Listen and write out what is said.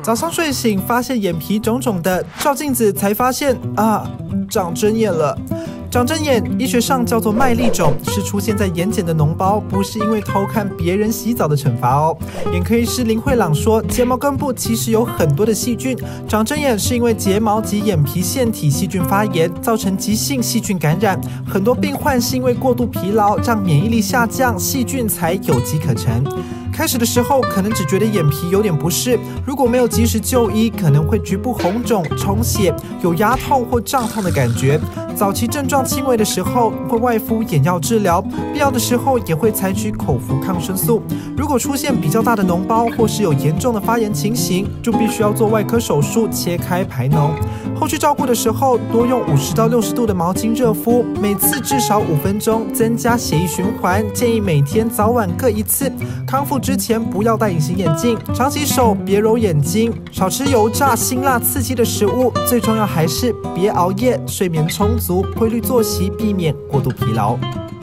早上睡醒发现眼皮肿肿的，照镜子才发现长针眼了。长针眼医学上叫做麦粒肿，是出现在眼睑的脓包，不是因为偷看别人洗澡的惩罚哦。眼科医师林慧朗说，睫毛根部其实有很多的细菌，长针眼是因为睫毛及眼皮腺体细菌发炎，造成急性细菌感染。很多病患是因为过度疲劳，让免疫力下降，细菌才有机可乘。开始的时候可能只觉得眼皮有点不适，如果没有及时就医，可能会局部红肿、充血，有牙痛或胀痛的感觉。早期症状轻微的时候，会外敷眼药治疗，必要的时候也会采取口服抗生素。如果出现比较大的脓包或是有严重的发炎情形，就必须要做外科手术切开排脓。后续照顾的时候，多用50到60度的毛巾热敷，每次至少5分钟，增加血液循环。建议每天早晚各1次。康复之前不要戴隐形眼镜，常洗手，别揉眼睛，少吃油炸、辛辣、刺激的食物。最重要还是别熬夜，睡眠充足，规律作息，避免过度疲劳。